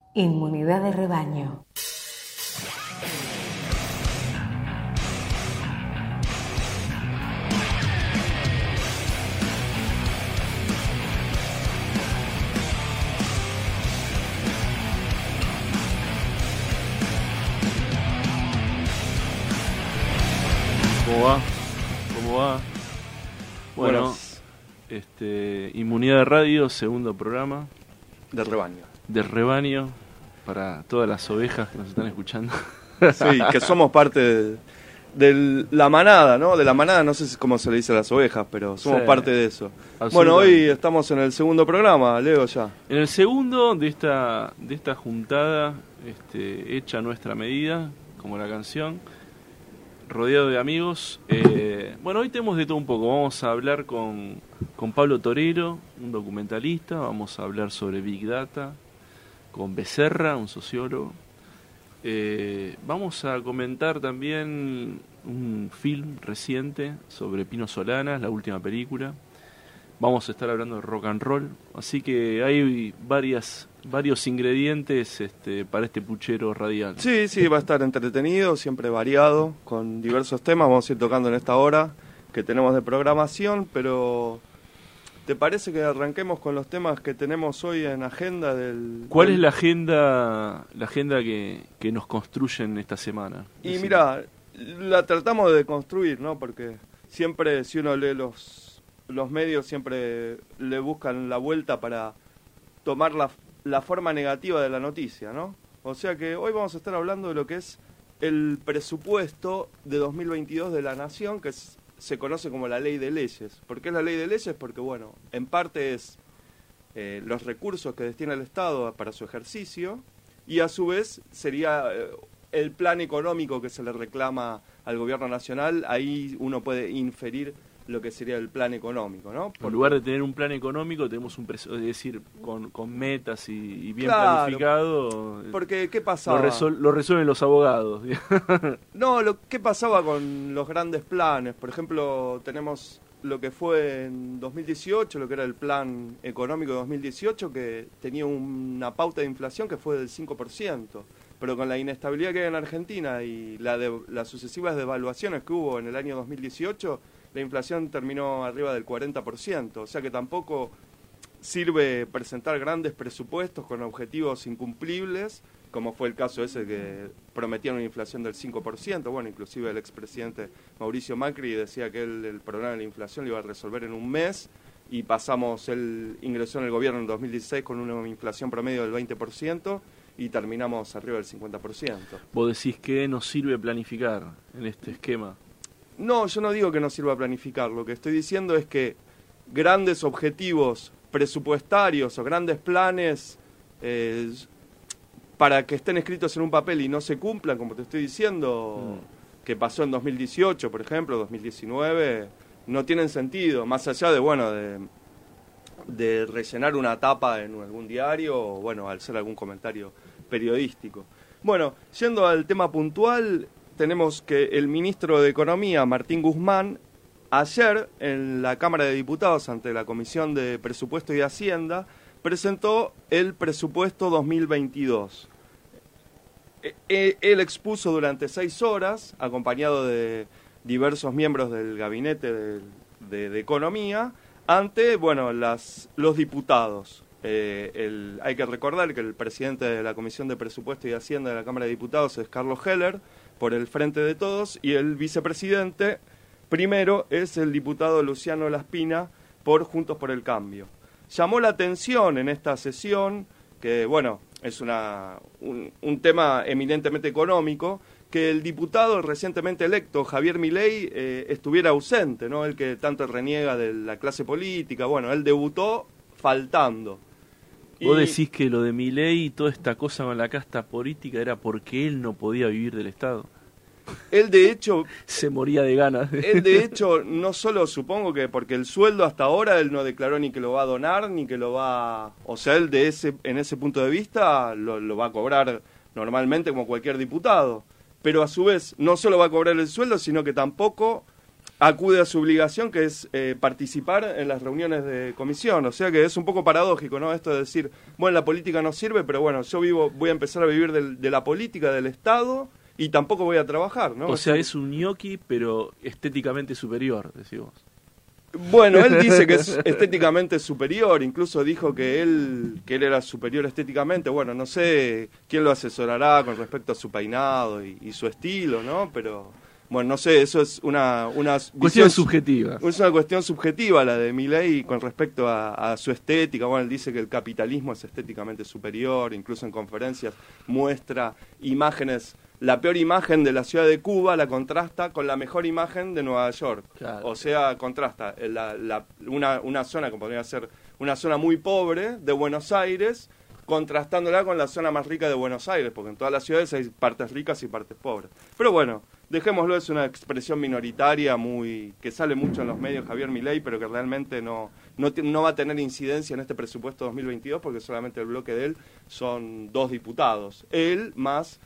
Inmunidad de rebaño. ¿Cómo va? ¿Cómo va? Bueno, Inmunidad de Radio, segundo programa. Del rebaño. Del rebaño, para todas las ovejas que nos están escuchando. Sí, que somos parte de la manada, ¿no? De la manada, no sé cómo se le dice a las ovejas, pero somos parte de eso. Bueno, hoy estamos en el segundo programa, Leo, ya. En el segundo de esta juntada, hecha a nuestra medida, como la canción, rodeado de amigos. Bueno, hoy tenemos de todo un poco. Vamos a hablar con Pablo Torero, un documentalista. Vamos a hablar sobre Big Data, con Becerra, un sociólogo. Vamos a comentar también un film reciente sobre Pino Solanas, la última película. Vamos a estar hablando de rock and roll. Así que hay varios ingredientes para este puchero radial. Sí, va a estar entretenido, siempre variado, con diversos temas. Vamos a ir tocando en esta hora que tenemos de programación, pero ¿te parece que arranquemos con los temas que tenemos hoy en agenda ¿Cuál es la agenda que nos construyen esta semana? Y mira, la tratamos de construir, ¿no? Porque siempre, si uno lee los medios, siempre le buscan la vuelta para tomar la forma negativa de la noticia, ¿no? O sea que hoy vamos a estar hablando de lo que es el presupuesto de 2022 de la Nación, que se conoce como la Ley de Leyes. ¿Por qué es la Ley de Leyes? Porque, bueno, en parte es los recursos que destina el Estado para su ejercicio, y a su vez sería el plan económico que se le reclama al gobierno nacional. Ahí uno puede inferir lo que sería el plan económico, ¿no? En lugar de tener un plan económico, tenemos es decir, con metas y bien planificado. Porque, ¿qué pasaba? Lo resuelven los abogados. No, ¿qué pasaba con los grandes planes? Por ejemplo, tenemos lo que fue en 2018, lo que era el plan económico de 2018, que tenía una pauta de inflación que fue del 5%. Pero con la inestabilidad que hay en Argentina y las sucesivas devaluaciones que hubo en el año 2018, la inflación terminó arriba del 40%, o sea que tampoco sirve presentar grandes presupuestos con objetivos incumplibles, como fue el caso ese que prometían una inflación del 5%, bueno, inclusive el expresidente Mauricio Macri decía que el problema de la inflación lo iba a resolver en un mes, y él ingresó en el gobierno en 2016 con una inflación promedio del 20%, y terminamos arriba del 50%. ¿Vos decís que no sirve planificar en este esquema? No, yo no digo que no sirva planificar. Lo que estoy diciendo es que grandes objetivos presupuestarios o grandes planes para que estén escritos en un papel y no se cumplan, como te estoy diciendo, que pasó en 2018, por ejemplo, 2019, no tienen sentido, más allá de rellenar una tapa en algún diario o, bueno, al hacer algún comentario periodístico. Bueno, yendo al tema puntual, tenemos que el ministro de Economía, Martín Guzmán, ayer en la Cámara de Diputados, ante la Comisión de Presupuesto y Hacienda, presentó el presupuesto 2022. Él expuso durante 6 horas, acompañado de diversos miembros del gabinete de Economía, ante, bueno, los diputados. Hay que recordar que el presidente de la Comisión de Presupuesto y Hacienda de la Cámara de Diputados es Carlos Heller, por el Frente de Todos, y el vicepresidente primero es el diputado Luciano Laspina por Juntos por el Cambio. Llamó la atención en esta sesión, que bueno, es un tema eminentemente económico, que el diputado recientemente electo, Javier Milei, estuviera ausente, ¿no? El que tanto reniega de la clase política. Bueno, él debutó faltando. ¿Vos decís que lo de Milei y toda esta cosa con la casta política era porque él no podía vivir del Estado? Él de hecho... se moría de ganas. Él de hecho, no solo supongo que porque el sueldo hasta ahora él no declaró ni que lo va a donar, ni que lo va... O sea, él en ese punto de vista lo va a cobrar normalmente como cualquier diputado. Pero a su vez, no solo va a cobrar el sueldo, sino que tampoco acude a su obligación, que es participar en las reuniones de comisión. O sea que es un poco paradójico, ¿no? Esto de decir, bueno, la política no sirve, pero bueno, voy a empezar a vivir de la política, del Estado, y tampoco voy a trabajar, ¿no? O sea, es un ñoqui, pero estéticamente superior, decimos. Bueno, él dice que es estéticamente superior, incluso dijo que él era superior estéticamente. Bueno, no sé quién lo asesorará con respecto a su peinado y su estilo, ¿no? Pero, bueno, no sé, eso es una cuestión subjetiva. Es una cuestión subjetiva la de Milei con respecto a su estética. Bueno, él dice que el capitalismo es estéticamente superior, incluso en conferencias muestra imágenes. La peor imagen de la ciudad de Cuba la contrasta con la mejor imagen de Nueva York. Claro. O sea, contrasta una zona que podría ser una zona muy pobre de Buenos Aires, contrastándola con la zona más rica de Buenos Aires, porque en todas las ciudades hay partes ricas y partes pobres. Pero bueno, dejémoslo, es una expresión minoritaria que sale mucho en los medios, Javier Milei, pero que realmente no va a tener incidencia en este presupuesto 2022, porque solamente el bloque de él son 2 diputados. Él más...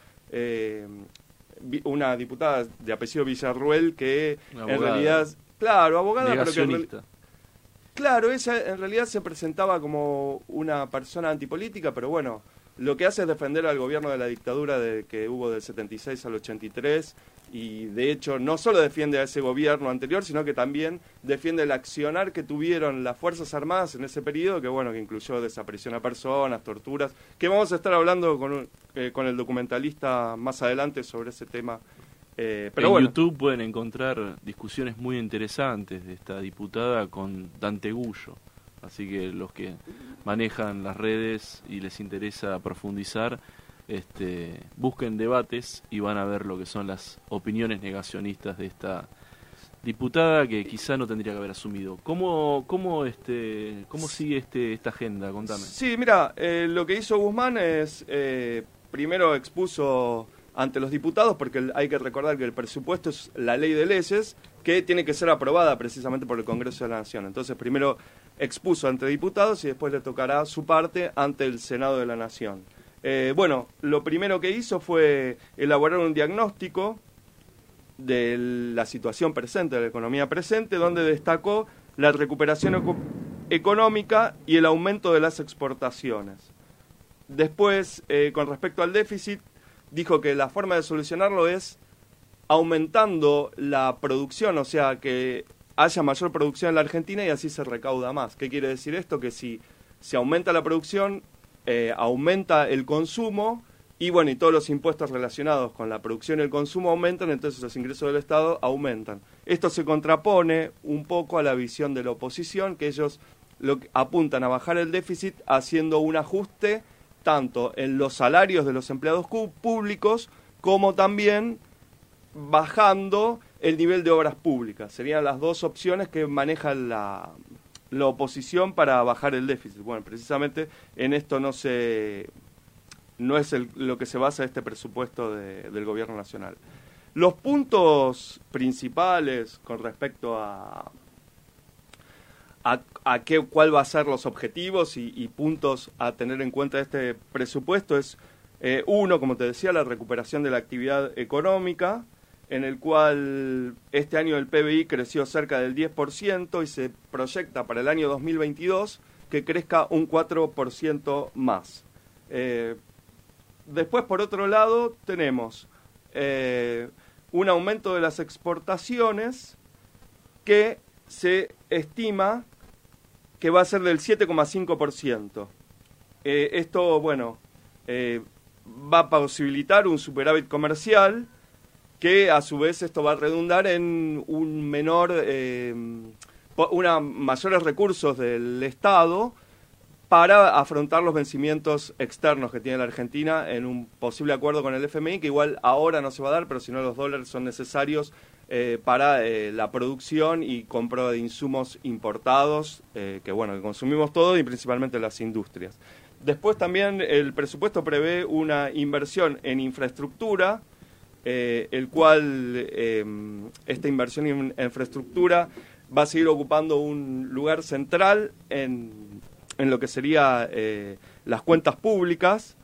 una diputada de apellido Villarruel que en realidad, claro, abogada, pero que claro, ella en realidad se presentaba como una persona antipolítica, pero bueno, lo que hace es defender al gobierno de la dictadura que hubo del 76 al 83, y de hecho no solo defiende a ese gobierno anterior, sino que también defiende el accionar que tuvieron las Fuerzas Armadas en ese periodo, que bueno, que incluyó desaparición a personas, torturas, que vamos a estar hablando con el documentalista más adelante sobre ese tema. Pero en bueno. YouTube pueden encontrar discusiones muy interesantes de esta diputada con Dante Gullo, así que los que manejan las redes y les interesa profundizar, busquen debates y van a ver lo que son las opiniones negacionistas de esta diputada que quizá no tendría que haber asumido. ¿Cómo sigue esta agenda? Contame. Sí, mira, lo que hizo Guzmán es, primero expuso ante los diputados, porque hay que recordar que el presupuesto es la ley de leyes que tiene que ser aprobada precisamente por el Congreso de la Nación. Entonces, primero expuso ante diputados y después le tocará su parte ante el Senado de la Nación. Bueno, lo primero que hizo fue elaborar un diagnóstico de la situación presente, de la economía presente, donde destacó la recuperación económica y el aumento de las exportaciones. Después, con respecto al déficit, dijo que la forma de solucionarlo es aumentando la producción, o sea, que haya mayor producción en la Argentina y así se recauda más. ¿Qué quiere decir esto? Que si se aumenta la producción, aumenta el consumo y bueno, y todos los impuestos relacionados con la producción y el consumo aumentan, entonces los ingresos del Estado aumentan. Esto se contrapone un poco a la visión de la oposición, que ellos apuntan a bajar el déficit haciendo un ajuste tanto en los salarios de los empleados públicos como también bajando el nivel de obras públicas. Serían las dos opciones que maneja la oposición para bajar el déficit. Bueno, precisamente en esto no es lo que se basa este presupuesto del Gobierno Nacional. Los puntos principales con respecto a cuál va a ser los objetivos y puntos a tener en cuenta de este presupuesto es, uno, como te decía, la recuperación de la actividad económica, en el cual este año el PBI creció cerca del 10% y se proyecta para el año 2022 que crezca un 4% más. Después, por otro lado, tenemos un aumento de las exportaciones que se estima que va a ser del 7,5%. Esto, bueno, va a posibilitar un superávit comercial que a su vez esto va a redundar en mayores recursos del Estado para afrontar los vencimientos externos que tiene la Argentina en un posible acuerdo con el FMI, que igual ahora no se va a dar, pero si no los dólares son necesarios para la producción y compra de insumos importados, que bueno, que consumimos todo y principalmente las industrias. Después también el presupuesto prevé una inversión en infraestructura, el cual esta inversión en infraestructura va a seguir ocupando un lugar central en lo que sería las cuentas públicas,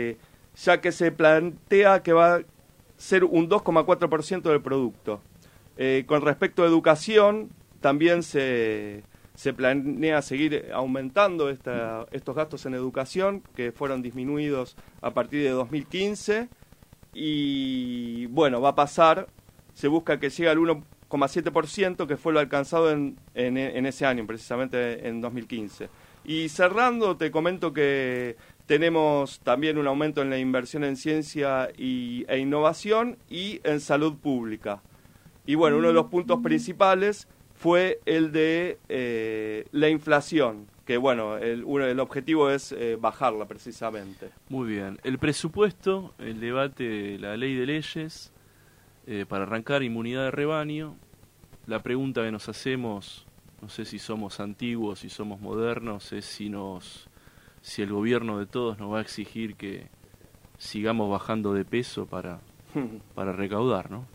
ya que se plantea que va a ser un 2,4% del producto. Con respecto a educación, también se planea seguir aumentando estos gastos en educación, que fueron disminuidos a partir de 2015, y bueno, va a pasar, se busca que llegue al 1,7%, que fue lo alcanzado en ese año, precisamente en 2015. Y cerrando, te comento que tenemos también un aumento en la inversión en ciencia e innovación y en salud pública. Y bueno, uno de los puntos principales fue el de la inflación, que bueno, el objetivo es bajarla precisamente. Muy bien. El presupuesto, el debate de la ley de leyes para arrancar inmunidad de rebaño. La pregunta que nos hacemos, no sé si somos antiguos, si somos modernos, es si el gobierno de todos nos va a exigir que sigamos bajando de peso para recaudar, ¿no?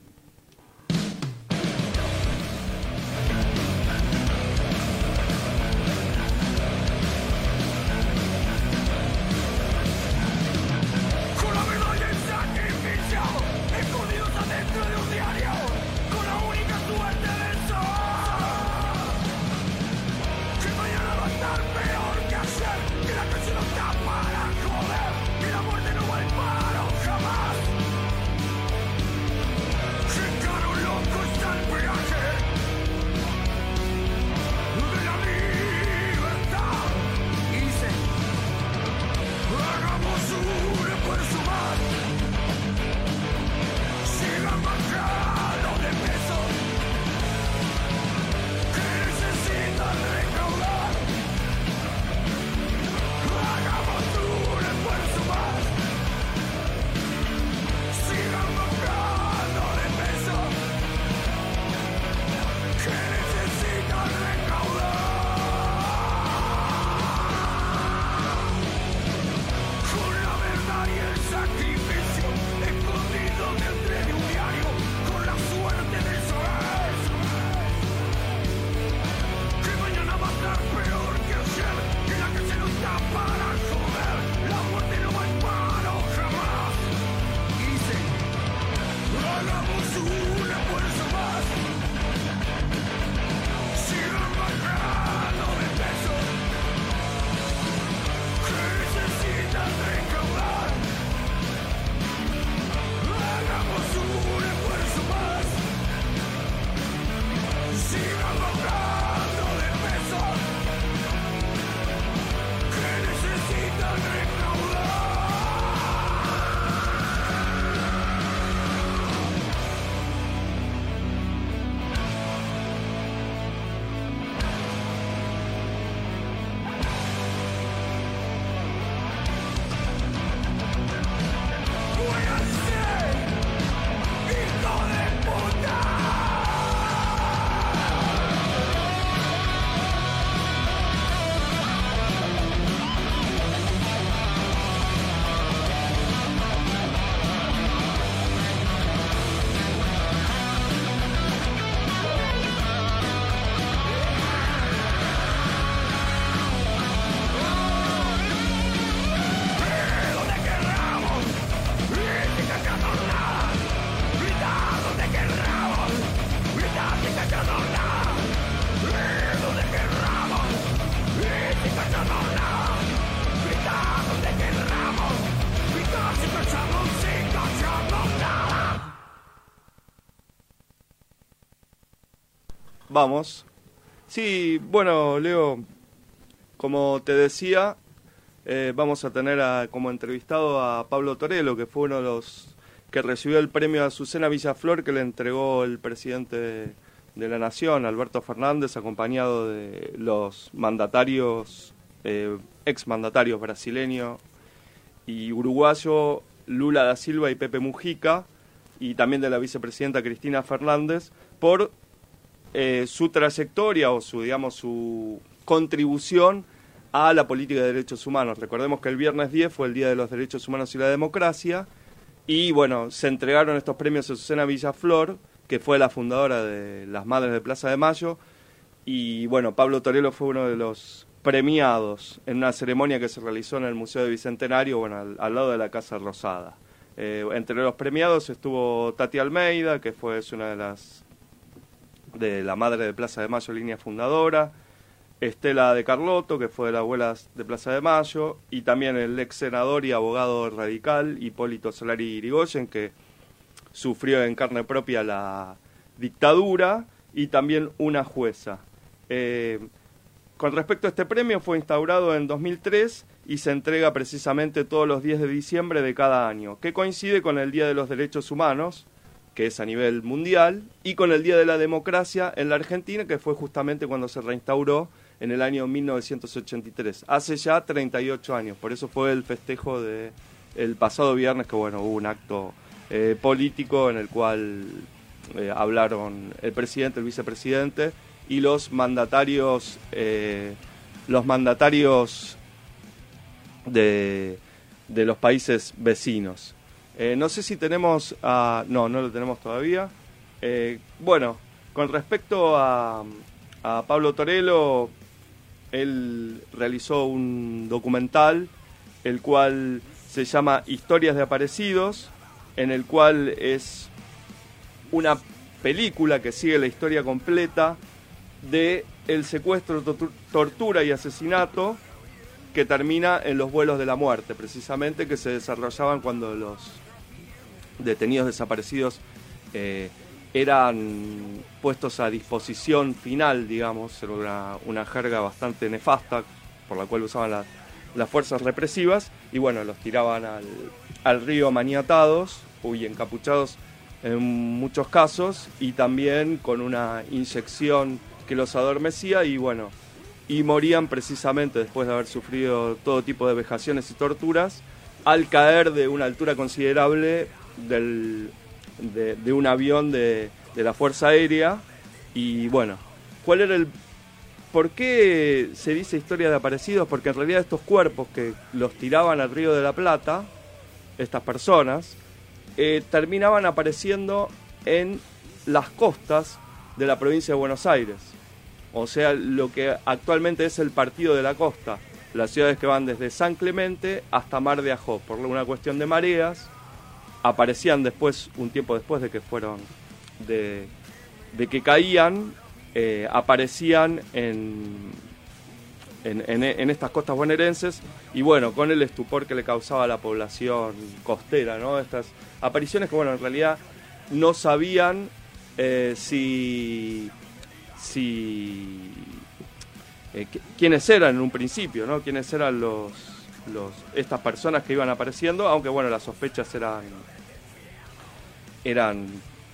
Vamos. Sí, bueno, Leo, como te decía, vamos a tener como entrevistado a Pablo Torello, que fue uno de los que recibió el premio a Azucena Villaflor que le entregó el presidente de la Nación, Alberto Fernández, acompañado de los mandatarios, exmandatarios brasileño y uruguayo Lula da Silva y Pepe Mujica, y también de la vicepresidenta Cristina Fernández, por su trayectoria o su contribución a la política de derechos humanos. Recordemos que el viernes 10 fue el Día de los Derechos Humanos y la Democracia, y bueno, se entregaron estos premios a Azucena Villaflor, que fue la fundadora de las Madres de Plaza de Mayo, y bueno, Pablo Torello fue uno de los premiados en una ceremonia que se realizó en el Museo de Bicentenario, bueno, al lado de la Casa Rosada. Entre los premiados estuvo Tati Almeida, que es una de las de la madre de Plaza de Mayo, línea fundadora, Estela de Carlotto, que fue de las abuelas de Plaza de Mayo, y también el ex senador y abogado radical Hipólito Solari Irigoyen, que sufrió en carne propia la dictadura, y también una jueza. Con respecto a este premio, fue instaurado en 2003 y se entrega precisamente todos los 10 de diciembre de cada año, que coincide con el Día de los Derechos Humanos, que es a nivel mundial, y con el Día de la Democracia en la Argentina, que fue justamente cuando se reinstauró en el año 1983, hace ya 38 años. Por eso fue el festejo el pasado viernes, que bueno, hubo un acto político en el cual hablaron el presidente, el vicepresidente y los mandatarios de los países vecinos. No sé si tenemos no lo tenemos todavía. Bueno, con respecto a Pablo Torello, él realizó un documental, el cual se llama Historias de Aparecidos, en el cual es una película que sigue la historia completa de el secuestro, tortura y asesinato que termina en los vuelos de la muerte, precisamente, que se desarrollaban cuando los detenidos desaparecidos eran puestos a disposición final, digamos. Era una jerga bastante nefasta por la cual usaban las fuerzas represivas, y bueno, los tiraban al río maniatados y encapuchados en muchos casos, y también con una inyección que los adormecía, y bueno, y morían precisamente después de haber sufrido todo tipo de vejaciones y torturas al caer de una altura considerable de un avión de la Fuerza Aérea. Y bueno, ¿cuál era por qué se dice historia de aparecidos? Porque en realidad estos cuerpos que los tiraban al Río de la Plata, estas personas, terminaban apareciendo en las costas de la provincia de Buenos Aires. O sea, lo que actualmente es el Partido de la Costa, las ciudades que van desde San Clemente hasta Mar de Ajó. Por una cuestión de mareas, aparecían después, un tiempo después de que fueron, de que caían, aparecían en estas costas bonaerenses, y bueno, con el estupor que le causaba a la población costera, ¿no? Estas apariciones que, bueno, en realidad no sabían quiénes eran en un principio, ¿no? Quiénes eran estas personas que iban apareciendo, aunque bueno, las sospechas eran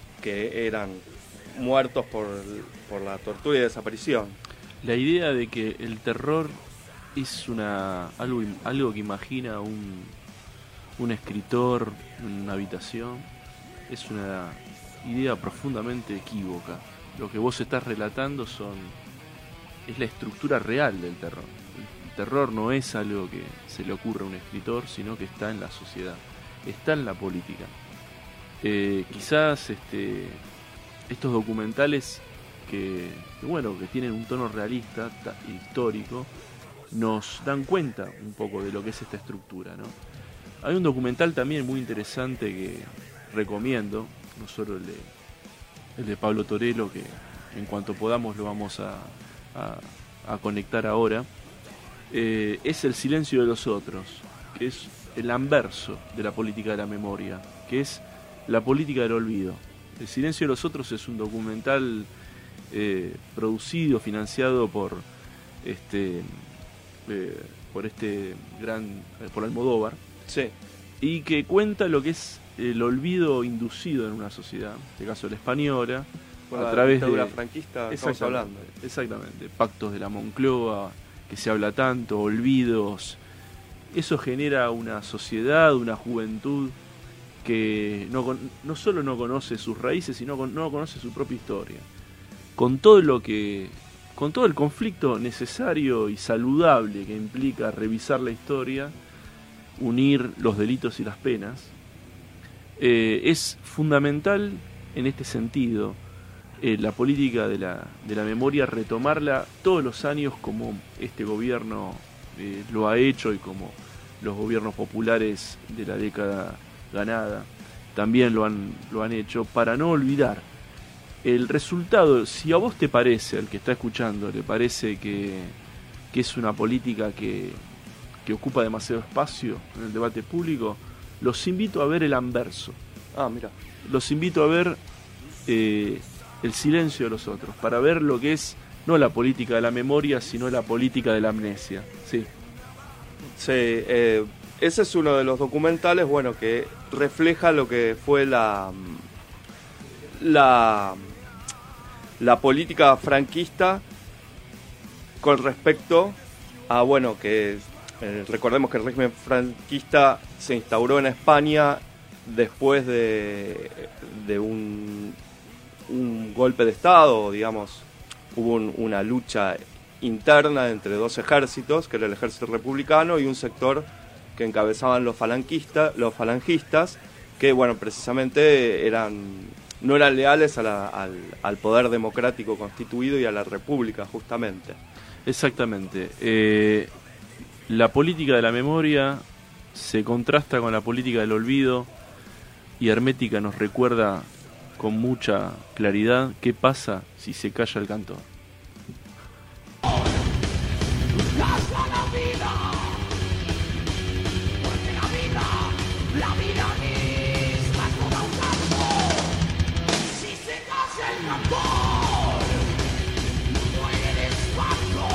muertos por la tortura y desaparición. La idea de que el terror es algo que imagina un escritor en una habitación es una idea profundamente equívoca. Lo que vos estás relatando es la estructura real del terror. El terror no es algo que se le ocurre a un escritor, sino que está en la sociedad, está en la política. Quizás estos documentales que tienen un tono realista, histórico, nos dan cuenta un poco de lo que es esta estructura, ¿no? Hay un documental también muy interesante que recomiendo, no solo el de Pablo Torello, que en cuanto podamos lo vamos a conectar ahora, es El silencio de los otros, que es el anverso de la política de la memoria, que es la política del olvido. El silencio de los otros es un documental producido, financiado por Almodóvar, sí, y que cuenta lo que es el olvido inducido en una sociedad, en este caso la española, a través de la dictadura de franquista estamos hablando. Exactamente, pactos de la Moncloa, que se habla tanto, olvidos. Eso genera una sociedad, una juventud que no solo no conoce sus raíces, sino no conoce su propia historia. Con todo el conflicto necesario y saludable que implica revisar la historia, unir los delitos y las penas, es fundamental en este sentido la política de la memoria, retomarla todos los años como este gobierno lo ha hecho y como los gobiernos populares de la década ganada también lo han hecho, para no olvidar el resultado, si a vos te parece, al que está escuchando, le parece que es una política que ocupa demasiado espacio en el debate público, los invito a ver el anverso. Mira. Los invito a ver el silencio de los otros, para ver lo que es no la política de la memoria, sino la política de la amnesia. Sí. Sí, ese es uno de los documentales, bueno, que refleja lo que fue la política franquista con respecto a, bueno, que recordemos que el régimen franquista se instauró en España después de un golpe de Estado, digamos, hubo una lucha interna entre dos ejércitos, que era el ejército republicano y un sector que encabezaban los falangistas, que, bueno, precisamente no eran leales al poder democrático constituido y a la república, justamente. Exactamente. La política de la memoria se contrasta con la política del olvido, y Hermética nos recuerda con mucha claridad qué pasa si se calla el cantor. La vida misma es toda un canto. Si se calla el cantor, muere el espanto,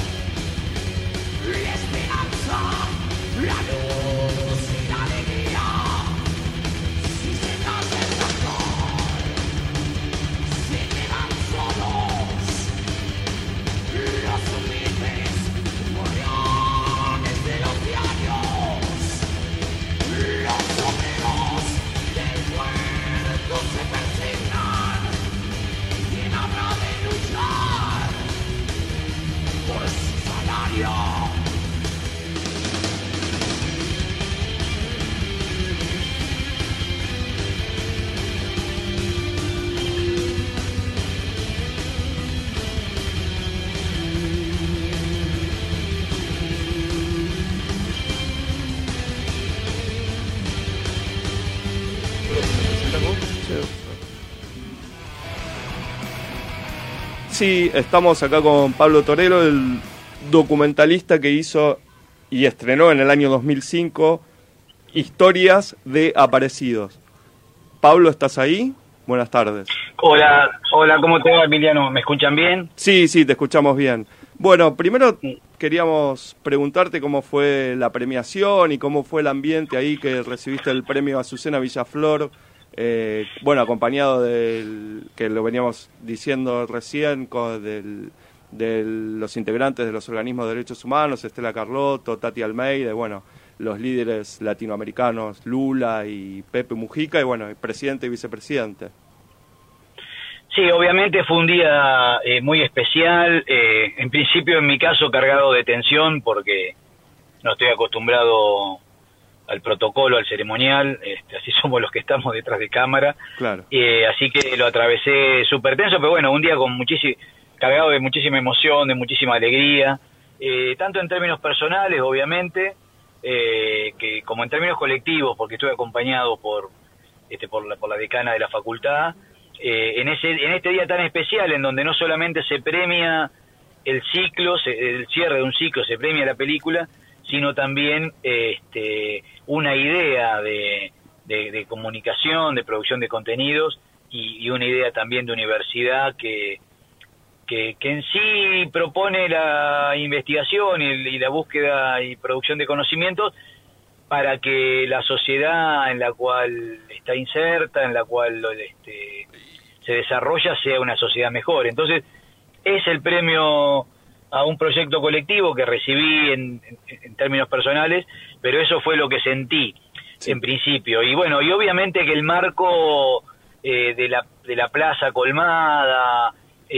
la esperanza, la luz y la alegría. Si se calla el cantor, se quedan solos los humildes gorriones de los diarios. Los obreros del puerto se persignan. ¿Quién habrá de luchar por su salario? Sí, estamos acá con Pablo Torero, el documentalista que hizo y estrenó en el año 2005 Historias de Aparecidos. Pablo, ¿estás ahí? Buenas tardes. Hola, ¿cómo te va, Emiliano? ¿Me escuchan bien? Sí, te escuchamos bien. Bueno, primero queríamos preguntarte cómo fue la premiación y cómo fue el ambiente ahí que recibiste el premio Azucena Villaflor. Bueno, acompañado que lo veníamos diciendo recién, de los integrantes de los organismos de derechos humanos, Estela Carlotto, Tati Almeida, y bueno, los líderes latinoamericanos, Lula y Pepe Mujica, y bueno, el presidente y vicepresidente. Sí, obviamente fue un día muy especial, en principio en mi caso cargado de tensión porque no estoy acostumbrado al protocolo, al ceremonial, así somos los que estamos detrás de cámara, claro. Así que lo atravesé súper tenso, pero bueno, un día con cargado de muchísima emoción, de muchísima alegría, tanto en términos personales, obviamente, que como en términos colectivos, porque estuve acompañado por la decana de la facultad, en este día tan especial, en donde no solamente se premia el cierre de un ciclo, se premia la película, sino también una idea de comunicación, de producción de contenidos y una idea también de universidad que en sí propone la investigación y la búsqueda y producción de conocimientos para que la sociedad en la cual está inserta, en la cual se desarrolla, sea una sociedad mejor. Entonces, es el premio a un proyecto colectivo que recibí en términos personales, pero eso fue lo que sentí en principio. Y bueno, y obviamente que el marco de la plaza colmada,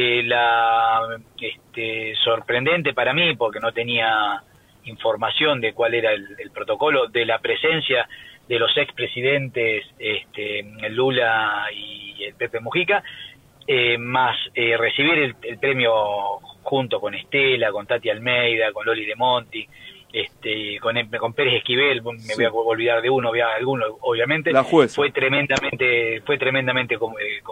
sorprendente para mí, porque no tenía información de cuál era el protocolo, de la presencia de los expresidentes el Lula y el Pepe Mujica, más recibir el premio junto con Estela, con Tati Almeida, con Loli de Monti, con Pérez Esquivel, me voy a olvidar de uno, alguno obviamente, la jueza. fue tremendamente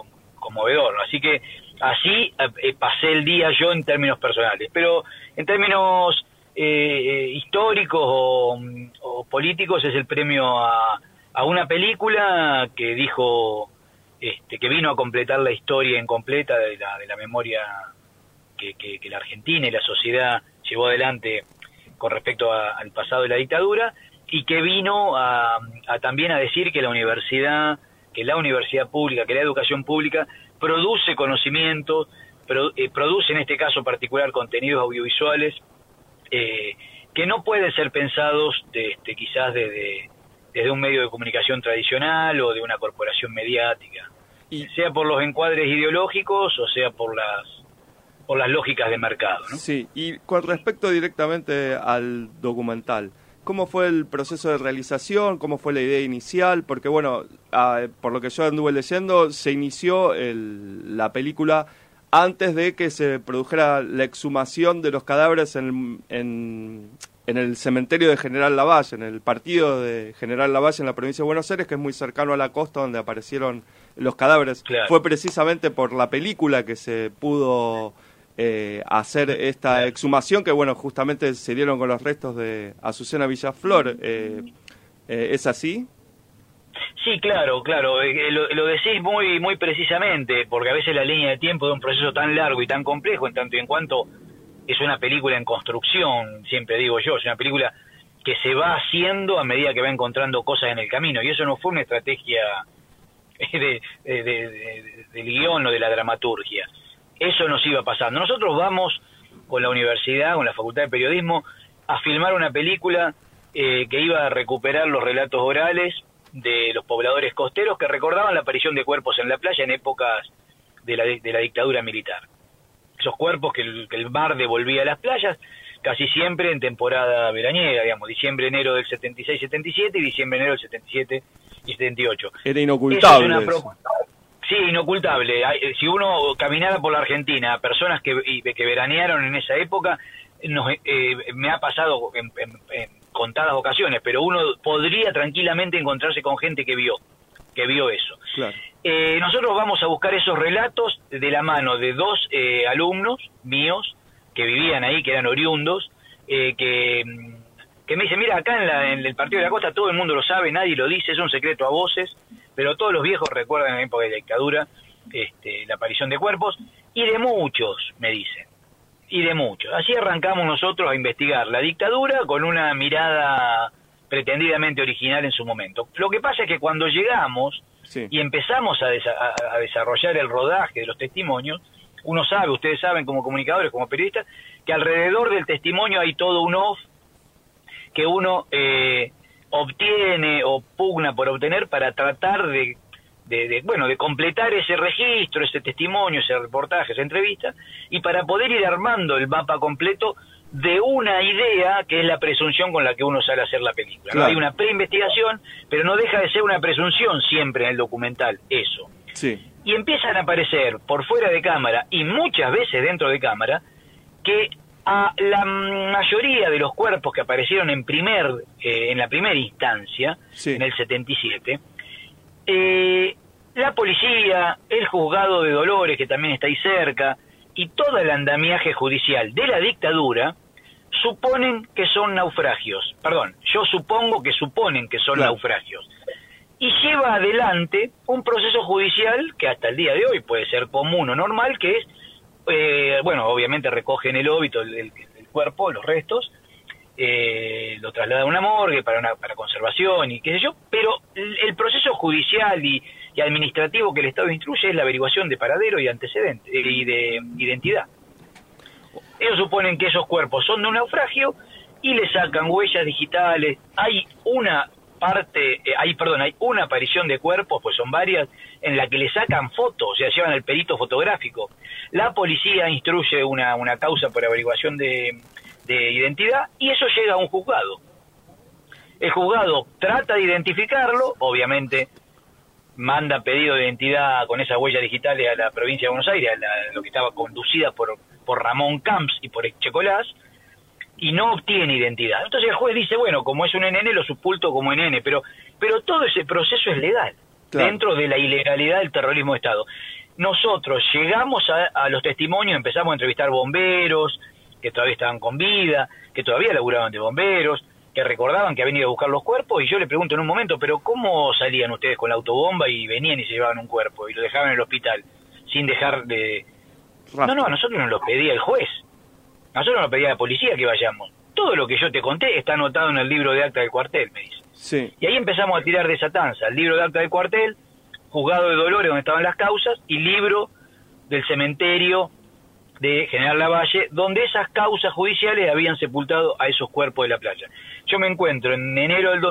conmovedor, ¿no? Así que así pasé el día yo en términos personales, pero en términos históricos o políticos es el premio a una película que dijo que vino a completar la historia incompleta de la memoria que la Argentina y la sociedad llevó adelante con respecto al pasado de la dictadura, y que vino también a decir que la universidad pública, que la educación pública produce conocimiento, produce en este caso particular contenidos audiovisuales que no pueden ser pensados quizás desde un medio de comunicación tradicional o de una corporación mediática, sea por los encuadres ideológicos o sea por las lógicas de mercado, ¿no? Sí, y con respecto directamente al documental, ¿cómo fue el proceso de realización? ¿Cómo fue la idea inicial? Porque, bueno, por lo que yo anduve leyendo, se inició la película antes de que se produjera la exhumación de los cadáveres en el cementerio de General Lavalle, en el partido de General Lavalle en la provincia de Buenos Aires, que es muy cercano a la costa donde aparecieron los cadáveres. Claro. Fue precisamente por la película que se pudo hacer esta exhumación, que bueno, justamente se dieron con los restos de Azucena Villaflor. ¿Es así? Sí, claro. Lo decís muy muy precisamente, porque a veces la línea de tiempo de un proceso tan largo y tan complejo, en tanto y en cuanto es una película en construcción, siempre digo yo, es una película que se va haciendo a medida que va encontrando cosas en el camino, y eso no fue una estrategia del guión o de la dramaturgia. Eso nos iba pasando. Nosotros vamos con la universidad, con la Facultad de Periodismo, a filmar una película que iba a recuperar los relatos orales de los pobladores costeros que recordaban la aparición de cuerpos en la playa en épocas de la dictadura militar. Esos cuerpos que el mar devolvía a las playas, casi siempre en temporada veraniega, digamos, diciembre-enero del 76-77 y diciembre-enero del 77 y 78. Era inocultable eso. Sí, inocultable. Si uno caminara por la Argentina, personas que veranearon en esa época, me ha pasado en contadas ocasiones, pero uno podría tranquilamente encontrarse con gente que vio eso. Claro. Nosotros vamos a buscar esos relatos de la mano de dos alumnos míos que vivían ahí, que eran oriundos, que me dicen, mira, acá en el Partido de la Costa todo el mundo lo sabe, nadie lo dice, es un secreto a voces, pero todos los viejos recuerdan en la época de la dictadura la aparición de cuerpos, y de muchos, me dicen, y de muchos. Así arrancamos nosotros a investigar la dictadura con una mirada pretendidamente original en su momento. Lo que pasa es que cuando llegamos y empezamos a desarrollar el rodaje de los testimonios, uno sabe, ustedes saben como comunicadores, como periodistas, que alrededor del testimonio hay todo un off que uno obtiene o pugna por obtener para tratar de completar ese registro, ese testimonio, ese reportaje, esa entrevista, y para poder ir armando el mapa completo de una idea que es la presunción con la que uno sale a hacer la película. Claro. ¿No? Hay una preinvestigación, pero no deja de ser una presunción siempre en el documental, eso. Sí. Y empiezan a aparecer por fuera de cámara, y muchas veces dentro de cámara, que a la mayoría de los cuerpos que aparecieron en la primera instancia, en el 77, la policía, el juzgado de Dolores, que también está ahí cerca, y todo el andamiaje judicial de la dictadura suponen que son naufragios. Perdón, yo supongo que suponen que son naufragios. Y lleva adelante un proceso judicial que hasta el día de hoy puede ser común o normal, que es, obviamente recogen el óbito, el cuerpo, los restos, lo trasladan a una morgue para conservación y qué sé yo, pero el proceso judicial y administrativo que el Estado instruye es la averiguación de paradero y antecedentes y de identidad. Ellos suponen que esos cuerpos son de un naufragio y le sacan huellas digitales. Hay una aparición de cuerpos, pues son varias, en la que le sacan fotos, o sea, llevan el perito fotográfico. La policía instruye una causa por averiguación de identidad y eso llega a un juzgado. El juzgado trata de identificarlo, obviamente manda pedido de identidad con esas huellas digitales a la provincia de Buenos Aires, lo que estaba conducida por Ramón Camps y por Echecolás, y no obtiene identidad. Entonces el juez dice, bueno, como es un NN, lo supulto como NN, pero todo ese proceso es legal, dentro de la ilegalidad del terrorismo de Estado. nosotros llegamos a los testimonios, empezamos a entrevistar bomberos que todavía estaban con vida, que todavía laburaban de bomberos, que recordaban que habían ido a buscar los cuerpos, y yo le pregunto en un momento, pero ¿cómo salían ustedes con la autobomba y venían y se llevaban un cuerpo y lo dejaban en el hospital sin dejar de... No, a nosotros nos lo pedía el juez, a nosotros nos lo pedía la policía que vayamos. Todo lo que yo te conté está anotado en el libro de acta del cuartel, me dice. Sí. Y ahí empezamos a tirar de esa tanza, el libro de acta del cuartel, juzgado de Dolores donde estaban las causas, y libro del cementerio de General Lavalle, donde esas causas judiciales habían sepultado a esos cuerpos de la playa. Yo me encuentro en enero del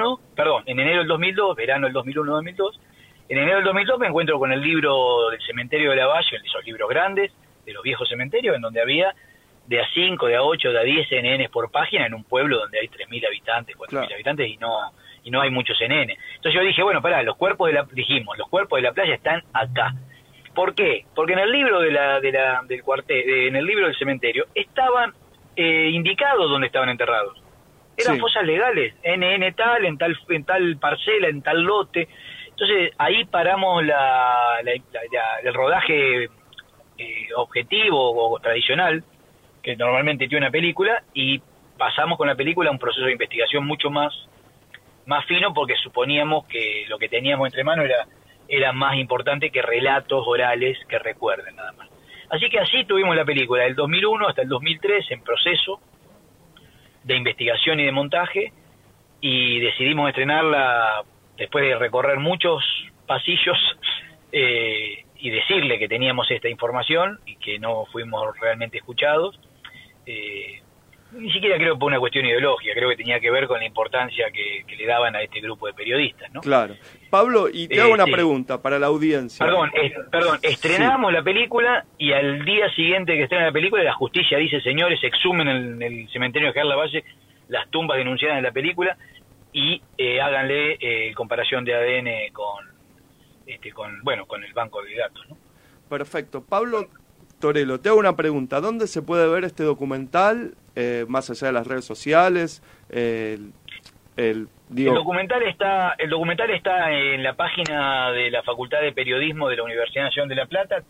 2002, verano del 2001-2002, en enero del 2002 me encuentro con el libro del cementerio de Lavalle, esos libros grandes, de los viejos cementerios, en donde había de a 5, de a 8, de a 10 CNNs por página, en un pueblo donde hay 3.000 habitantes, 4.000 claro. habitantes, y no hay muchos CNN. Entonces yo dije, bueno, pará, los cuerpos de la playa están acá. ¿Por qué? Porque en el libro del cuartel, en el libro del cementerio, estaban indicados dónde estaban enterrados. Eran fosas legales, NN tal, en tal parcela, en tal lote. Entonces ahí paramos el rodaje objetivo o tradicional, que normalmente tiene una película, y pasamos con la película a un proceso de investigación mucho más fino, porque suponíamos que lo que teníamos entre manos era más importante que relatos orales que recuerden nada más. Así que así tuvimos la película del 2001 hasta el 2003 en proceso de investigación y de montaje, y decidimos estrenarla después de recorrer muchos pasillos y decirle que teníamos esta información y que no fuimos realmente escuchados. Ni siquiera creo por una cuestión ideológica, creo que tenía que ver con la importancia que le daban a este grupo de periodistas, ¿no? Claro. Pablo, y te hago una pregunta para la audiencia. Perdón, estrenamos la película, y al día siguiente que estrena la película, la justicia dice, señores, exhumen en el cementerio de General Lavalle las tumbas denunciadas en la película y háganle comparación de ADN con el banco de datos, ¿no? Perfecto. Pablo Torello, te hago una pregunta. ¿Dónde se puede ver este documental, más allá de las redes sociales? El documental está en la página de la Facultad de Periodismo de la Universidad Nacional de La Plata,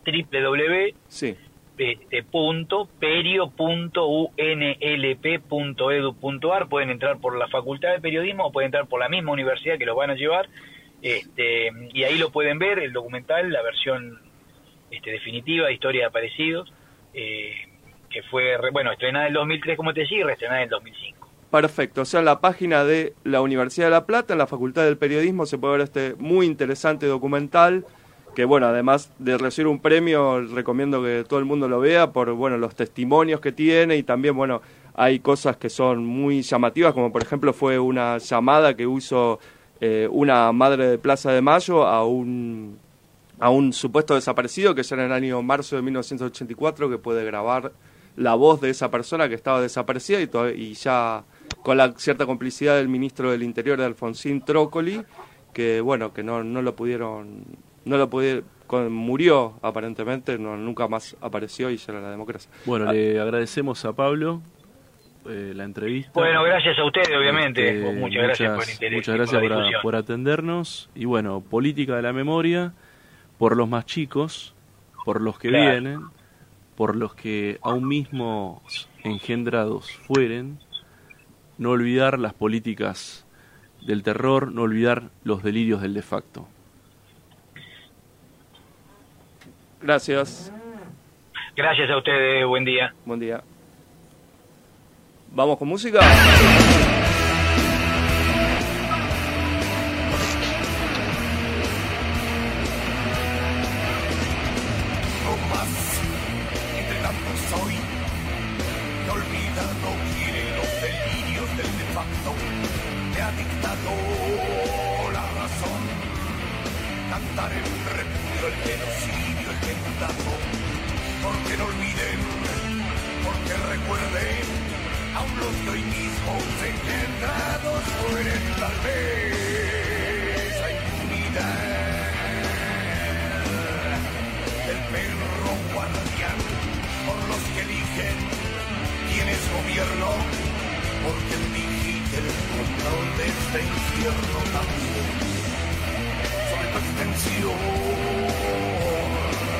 www.perio.unlp.edu.ar. Pueden entrar por la Facultad de Periodismo o pueden entrar por la misma universidad que los van a llevar, y ahí lo pueden ver, el documental, la versión definitiva de Historia de Aparecidos, que fue estrenada en el 2003, como te decía, y reestrenada en el 2005. Perfecto, o sea, en la página de la Universidad de La Plata, en la Facultad del Periodismo, se puede ver este muy interesante documental, que además de recibir un premio, recomiendo que todo el mundo lo vea por los testimonios que tiene, y también hay cosas que son muy llamativas, como por ejemplo fue una llamada que hizo una madre de Plaza de Mayo a un supuesto desaparecido, que ya en el año marzo de 1984, que puede grabar la voz de esa persona que estaba desaparecida, y ya con la cierta complicidad del ministro del Interior, de Alfonsín Trócoli, que que no lo pudieron, murió aparentemente, nunca más apareció, y ya era la democracia. Bueno, le agradecemos a Pablo la entrevista. Bueno, gracias a ustedes, obviamente. Muchas gracias por el interés. Muchas gracias por atendernos. Y política de la memoria, por los más chicos, por los que vienen, por los que aún mismos engendrados fueren. No olvidar las políticas del terror, no olvidar los delirios del de facto. Gracias. Gracias a ustedes, buen día. Buen día. ¿Vamos con música? Sobre tu extensión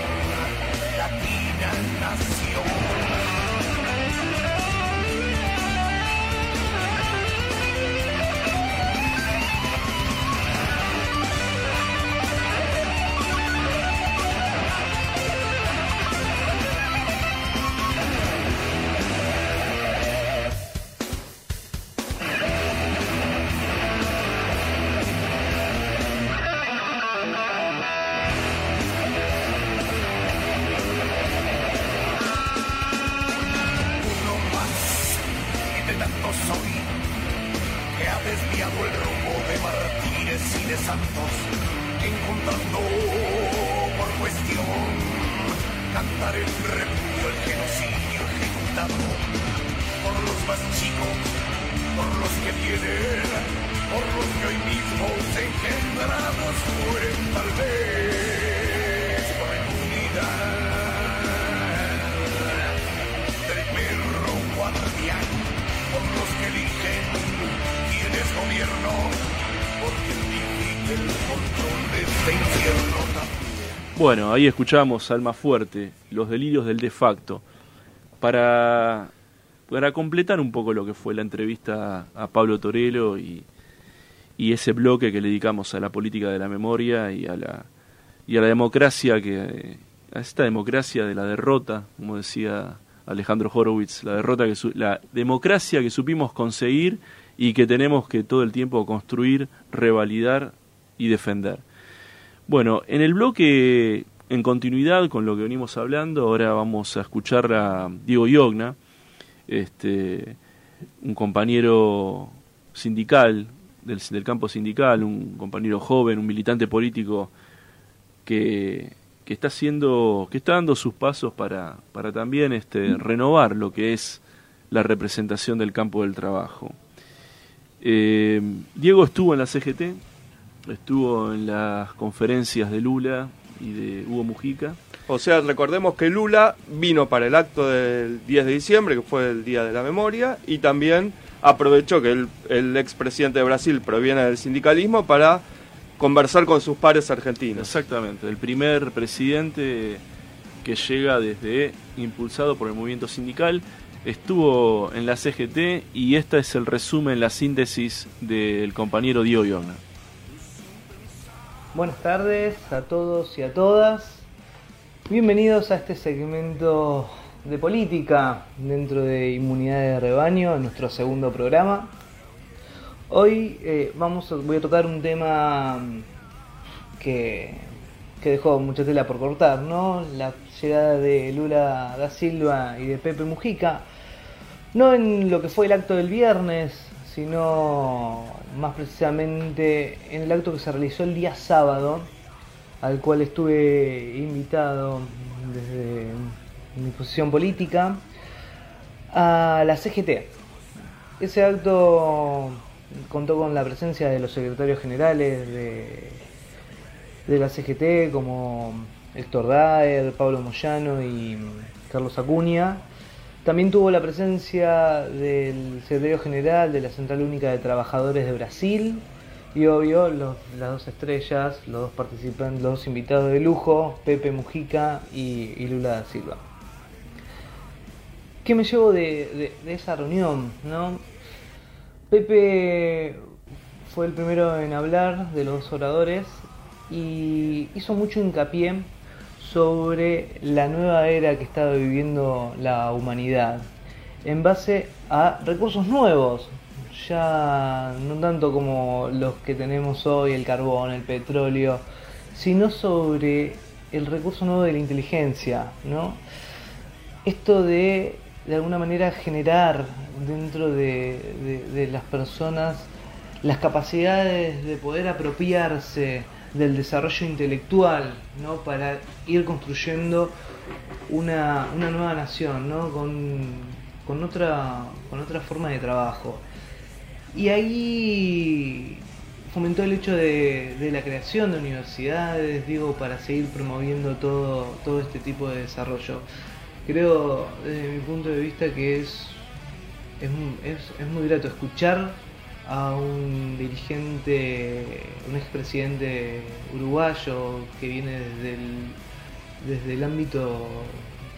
Bueno, ahí escuchamos Alma Fuerte, Los delirios del de facto. Para completar un poco lo que fue la entrevista a Pablo Torello y ese bloque que le dedicamos a la política de la memoria y a la democracia, a esta democracia de la derrota, como decía Alejandro Horowitz, la democracia que supimos conseguir y que tenemos que todo el tiempo construir, revalidar y defender. Bueno, en el bloque, en continuidad con lo que venimos hablando, ahora vamos a escuchar a Diego Iogna, un compañero sindical, del campo sindical, un compañero joven, un militante político que está dando sus pasos para también renovar lo que es la representación del campo del trabajo. Diego estuvo en la CGT, estuvo en las conferencias de Lula y de Hugo Mujica. O sea, recordemos que Lula vino para el acto del 10 de diciembre, que fue el Día de la Memoria, y también aprovechó que el expresidente de Brasil proviene del sindicalismo para conversar con sus pares argentinos. Exactamente, el primer presidente que llega impulsado por el movimiento sindical, estuvo en la CGT y este es el resumen, la síntesis del compañero Diego Iogna. Buenas tardes a todos y a todas. Bienvenidos a este segmento de política dentro de Inmunidad de Rebaño, nuestro segundo programa. Hoy voy a tocar un tema que dejó mucha tela por cortar, ¿no? La llegada de Lula da Silva y de Pepe Mujica, no en lo que fue el acto del viernes, sino más precisamente en el acto que se realizó el día sábado, al cual estuve invitado desde mi posición política a la CGT. Ese acto contó con la presencia de los secretarios generales de la CGT, como Héctor Daer, Pablo Moyano y Carlos Acuña. También tuvo la presencia del secretario general de la Central Única de Trabajadores de Brasil y obvio las dos estrellas, los dos participantes, los dos invitados de lujo, Pepe Mujica y Lula da Silva. ¿Qué me llevo de esa reunión, no? Pepe fue el primero en hablar de los dos oradores y hizo mucho hincapié sobre la nueva era que estaba viviendo la humanidad en base a recursos nuevos, ya no tanto como los que tenemos hoy, el carbón, el petróleo, sino sobre el recurso nuevo de la inteligencia, ¿no? Esto de alguna manera generar dentro de las personas las capacidades de poder apropiarse del desarrollo intelectual, ¿no? Para ir construyendo una nueva nación, ¿no? Con otra forma de trabajo. Y ahí fomentó el hecho de la creación de universidades, para seguir promoviendo todo este tipo de desarrollo. Creo, desde mi punto de vista, que es muy grato escuchar a un dirigente, un expresidente uruguayo que viene desde el ámbito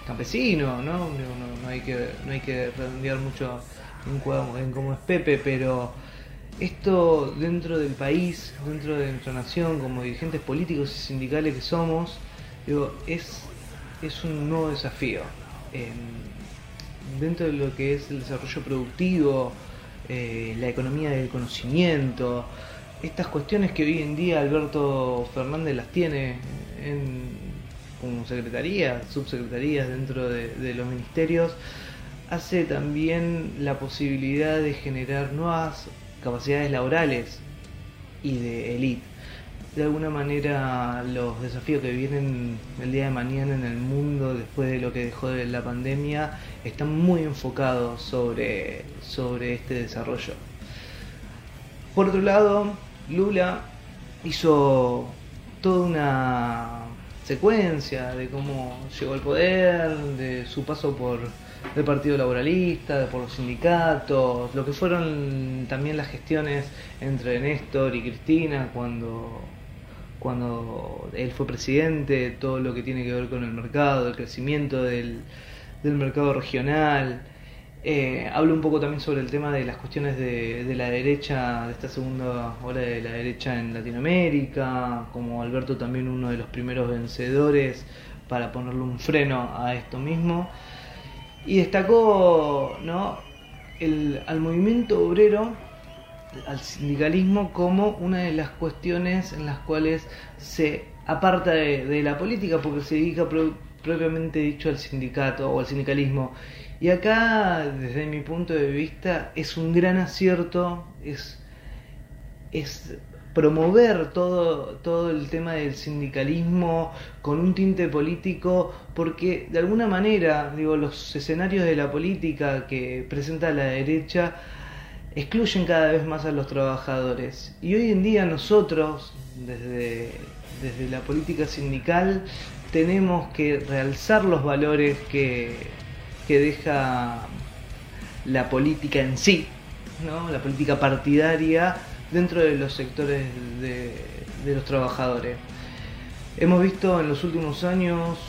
campesino, ¿no? No hay que redondear mucho en cómo es Pepe, pero esto dentro del país, dentro de nuestra nación, como dirigentes políticos y sindicales que somos, digo, es un nuevo desafío. Dentro de lo que es el desarrollo productivo, la economía del conocimiento, estas cuestiones que hoy en día Alberto Fernández las tiene como secretarías, subsecretarías dentro de los ministerios, hace también la posibilidad de generar nuevas capacidades laborales y de élite. De alguna manera los desafíos que vienen el día de mañana en el mundo después de lo que dejó de la pandemia están muy enfocados sobre este desarrollo. Por otro lado, Lula hizo toda una secuencia de cómo llegó al poder, de su paso por el Partido Laboralista, por los sindicatos, lo que fueron también las gestiones entre Néstor y Cristina cuando él fue presidente, todo lo que tiene que ver con el mercado, el crecimiento del mercado regional. Hablo un poco también sobre el tema de las cuestiones de la derecha, de esta segunda ola de la derecha en Latinoamérica, como Alberto también uno de los primeros vencedores para ponerle un freno a esto mismo. Y destacó, ¿no?, al movimiento obrero, al sindicalismo, como una de las cuestiones en las cuales se aparta de la política porque se dedica propiamente dicho al sindicato o al sindicalismo. Y acá, desde mi punto de vista, es un gran acierto, es promover todo el tema del sindicalismo con un tinte político, porque de alguna manera, digo, los escenarios de la política que presenta la derecha excluyen cada vez más a los trabajadores. Y hoy en día nosotros, desde la política sindical, tenemos que realzar los valores que deja la política en sí, ¿no?, la política partidaria dentro de los sectores de los trabajadores. Hemos visto en los últimos años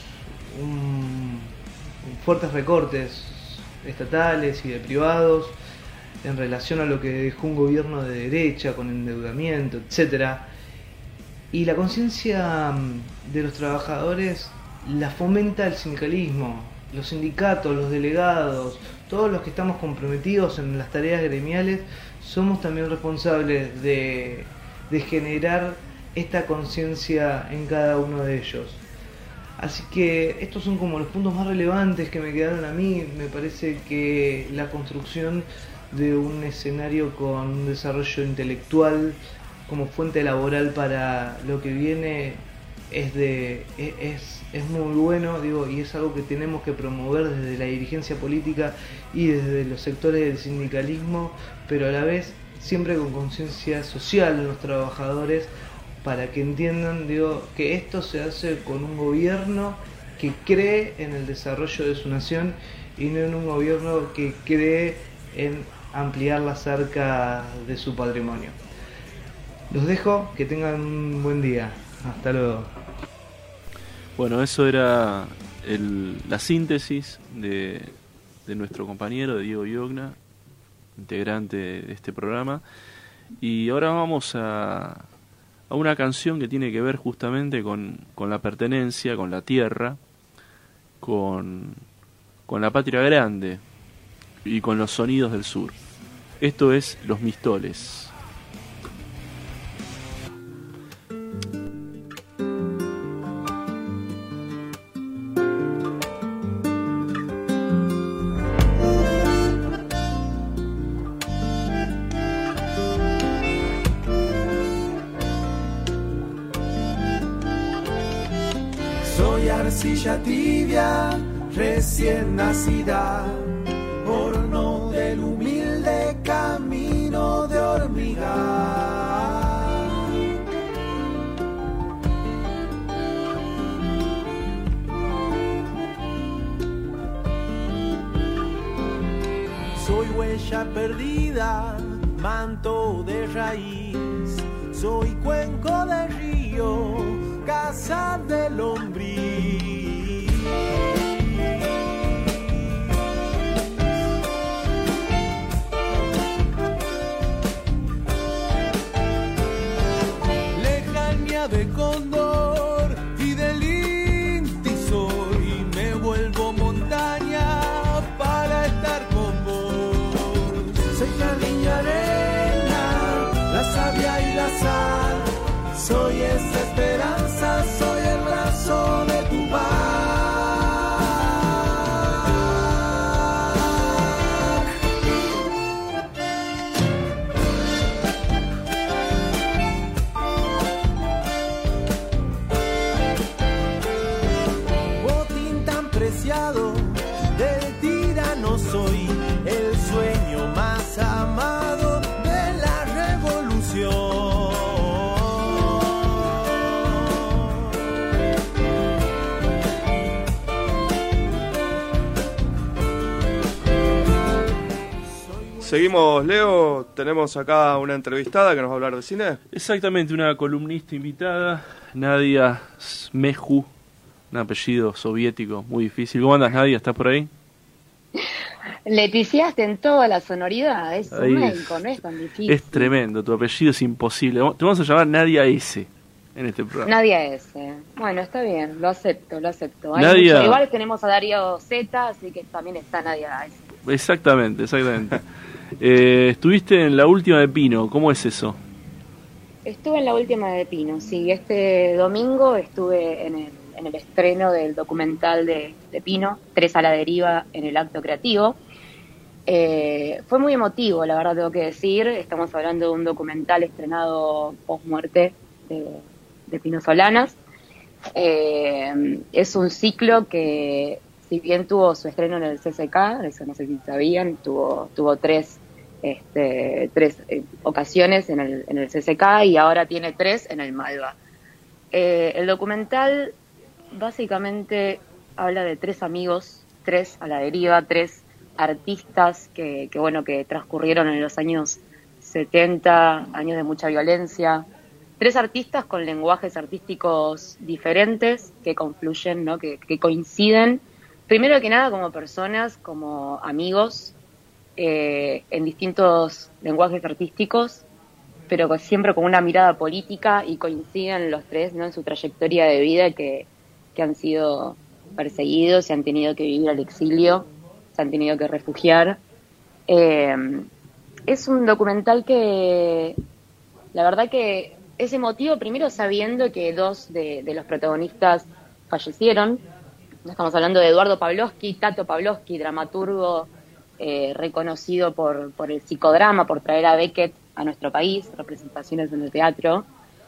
fuertes recortes estatales y de privados en relación a lo que dejó un gobierno de derecha con endeudamiento, etcétera. Y la conciencia de los trabajadores la fomenta el sindicalismo, los sindicatos, los delegados, todos los que estamos comprometidos en las tareas gremiales, somos también responsables de generar esta conciencia en cada uno de ellos. Así que estos son como los puntos más relevantes que me quedaron a mí. Me parece que la construcción de un escenario con un desarrollo intelectual como fuente laboral para lo que viene es muy bueno, digo, y es algo que tenemos que promover desde la dirigencia política y desde los sectores del sindicalismo, pero a la vez siempre con conciencia social de los trabajadores, para que entiendan, digo, que esto se hace con un gobierno que cree en el desarrollo de su nación y no en un gobierno que cree en ampliar la cerca de su patrimonio. Los dejo, que tengan un buen día. Hasta luego. Bueno, eso era la síntesis de nuestro compañero de Diego Iogna, integrante de este programa. Y ahora vamos a una canción que tiene que ver justamente con la pertenencia, con la tierra, con la patria grande y con los sonidos del sur. Esto es Los Mistoles. Arcilla tibia, recién nacida, horno del humilde camino de hormiga. Soy huella perdida, manto de raíz, soy cuenco de río, casa de lombriz. de ave cóndor y del Inti soy, me vuelvo montaña para estar con vos. Soy jardín y arena, la savia y la sal, soy esa esperanza, soy el brazo de tu mar. Botín tan preciado del tirano soy, el sueño más amado de la revolución. Seguimos, Leo. Tenemos acá una entrevistada que nos va a hablar de cine. Exactamente, una columnista invitada, Nadia Smeju, un apellido soviético muy difícil. ¿Cómo andas, Nadia? ¿Estás por ahí? Leticiaste en toda la sonoridad, es Ahí un es. médico, no es tan difícil. Es tremendo, tu apellido es imposible. Te vamos a llamar Nadia S en este programa. Nadia S. Bueno, está bien, lo acepto. Hay Nadia. mucho- igual tenemos a Darío Z, así que también está Nadia S. Exactamente. Estuviste en la última de Pino, ¿cómo es eso? Estuve en la última de Pino, sí, este domingo estuve en el estreno del documental de Pino, 3 a la deriva en el acto creativo. Fue muy emotivo, la verdad tengo que decir. Estamos hablando de un documental estrenado post-muerte de Pino Solanas. Es un ciclo que, si bien tuvo su estreno en el CCK, eso no sé si sabían, tuvo tres ocasiones en el CCK y ahora tiene 3 en el Malva. El documental básicamente habla de 3 amigos, 3 a la deriva, 3 artistas que transcurrieron en los años 70, años de mucha violencia. 3 artistas con lenguajes artísticos diferentes que confluyen, ¿no? que coinciden, primero que nada como personas, como amigos, en distintos lenguajes artísticos, pero siempre con una mirada política, y coinciden los 3, ¿no? en su trayectoria de vida que han sido perseguidos, se han tenido que vivir al exilio, se han tenido que refugiar. Es un documental que la verdad que es emotivo, primero sabiendo que 2 de los protagonistas fallecieron. Estamos hablando de Eduardo Pavlovsky, Tato Pavlovsky, dramaturgo reconocido por el psicodrama, por traer a Beckett a nuestro país, representaciones en el teatro.